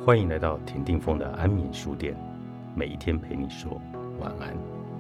欢迎来到田定峰的安眠书店，每一天陪你说晚安。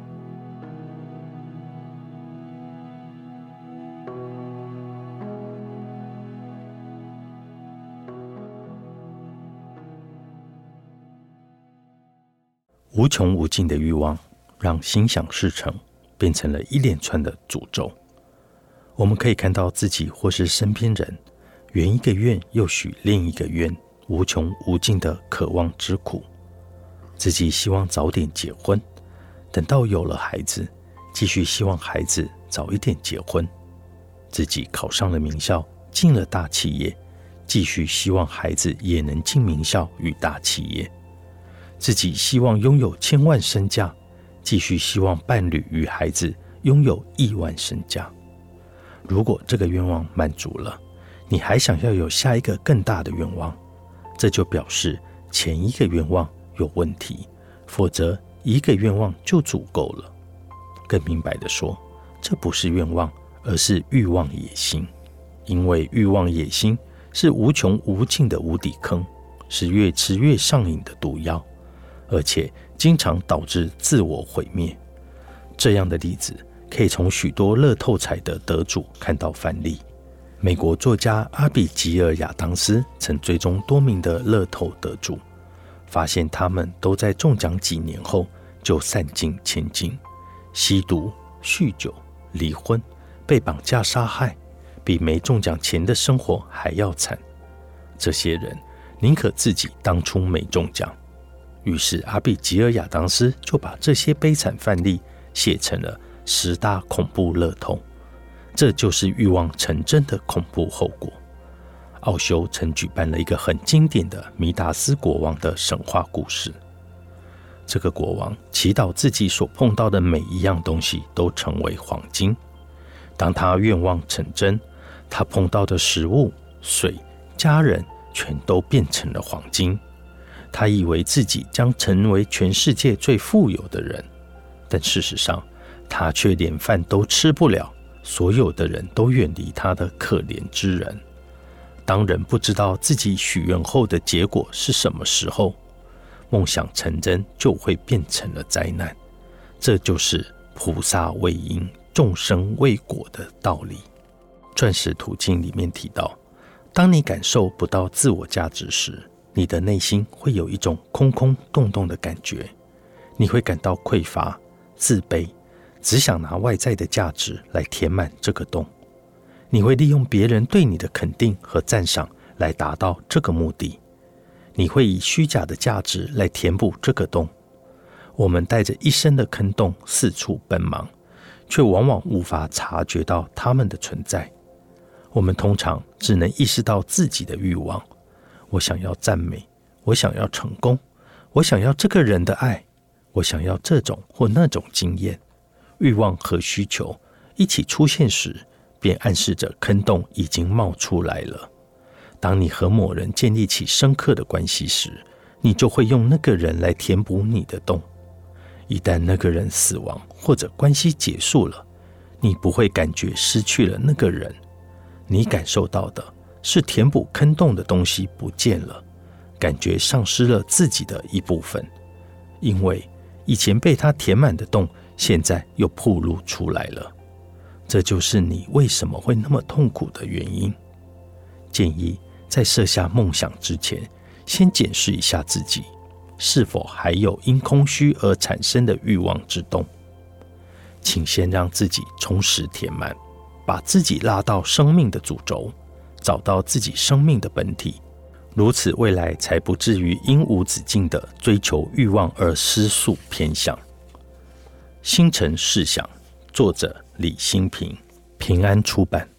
无穷无尽的欲望让心想事成变成了一连串的诅咒。我们可以看到自己或是身边人圆一个愿又许另一个愿，无穷无尽的渴望之苦。自己希望早点结婚，等到有了孩子，继续希望孩子早一点结婚。自己考上了名校，进了大企业，继续希望孩子也能进名校与大企业。自己希望拥有1000万身价，继续希望伴侣与孩子拥有亿万身价。如果这个愿望满足了，你还想要有下一个更大的愿望，这就表示前一个愿望有问题，否则一个愿望就足够了。更明白的说，这不是愿望，而是欲望野心。因为欲望野心是无穷无尽的无底坑，是越吃越上瘾的毒药，而且经常导致自我毁灭。这样的例子可以从许多乐透彩的得主看到范例。美国作家阿比吉尔亚当斯曾追踪多名的乐透得主，发现他们都在中奖几年后就散尽千金，吸毒、酗酒、离婚、被绑架杀害，比没中奖前的生活还要惨。这些人宁可自己当初没中奖。于是阿比吉尔亚当斯就把这些悲惨范例写成了10大恐怖乐透。这就是欲望成真的恐怖后果。奥修曾举办了一个很经典的弥达斯国王的神话故事。这个国王祈祷自己所碰到的每一样东西都成为黄金。当他愿望成真，他碰到的食物、水、家人全都变成了黄金。他以为自己将成为全世界最富有的人，但事实上他却连饭都吃不了，所有的人都远离他的可怜之人。当人不知道自己许愿后的结果是什么时候，梦想成真就会变成了灾难。这就是菩萨为因，众生为果的道理。钻石途径里面提到，当你感受不到自我价值时，你的内心会有一种空空洞洞的感觉，你会感到匮乏、自卑，只想拿外在的价值来填满这个洞。你会利用别人对你的肯定和赞赏来达到这个目的。你会以虚假的价值来填补这个洞。我们带着一身的坑洞四处奔忙，却往往无法察觉到它们的存在。我们通常只能意识到自己的欲望。我想要赞美，我想要成功，我想要这个人的爱，我想要这种或那种经验。欲望和需求一起出现时，便暗示着坑洞已经冒出来了。当你和某人建立起深刻的关系时，你就会用那个人来填补你的洞。一旦那个人死亡或者关系结束了，你不会感觉失去了那个人，你感受到的是填补坑洞的东西不见了，感觉丧失了自己的一部分，因为以前被他填满的洞现在又暴露出来了。这就是你为什么会那么痛苦的原因。建议在设下梦想之前，先检视一下自己是否还有因空虚而产生的欲望之洞。请先让自己充实填满，把自己拉到生命的主轴，找到自己生命的本体，如此未来才不至于因无止境的追求欲望而失速偏向。星辰试想，作者李欣平，平安出版。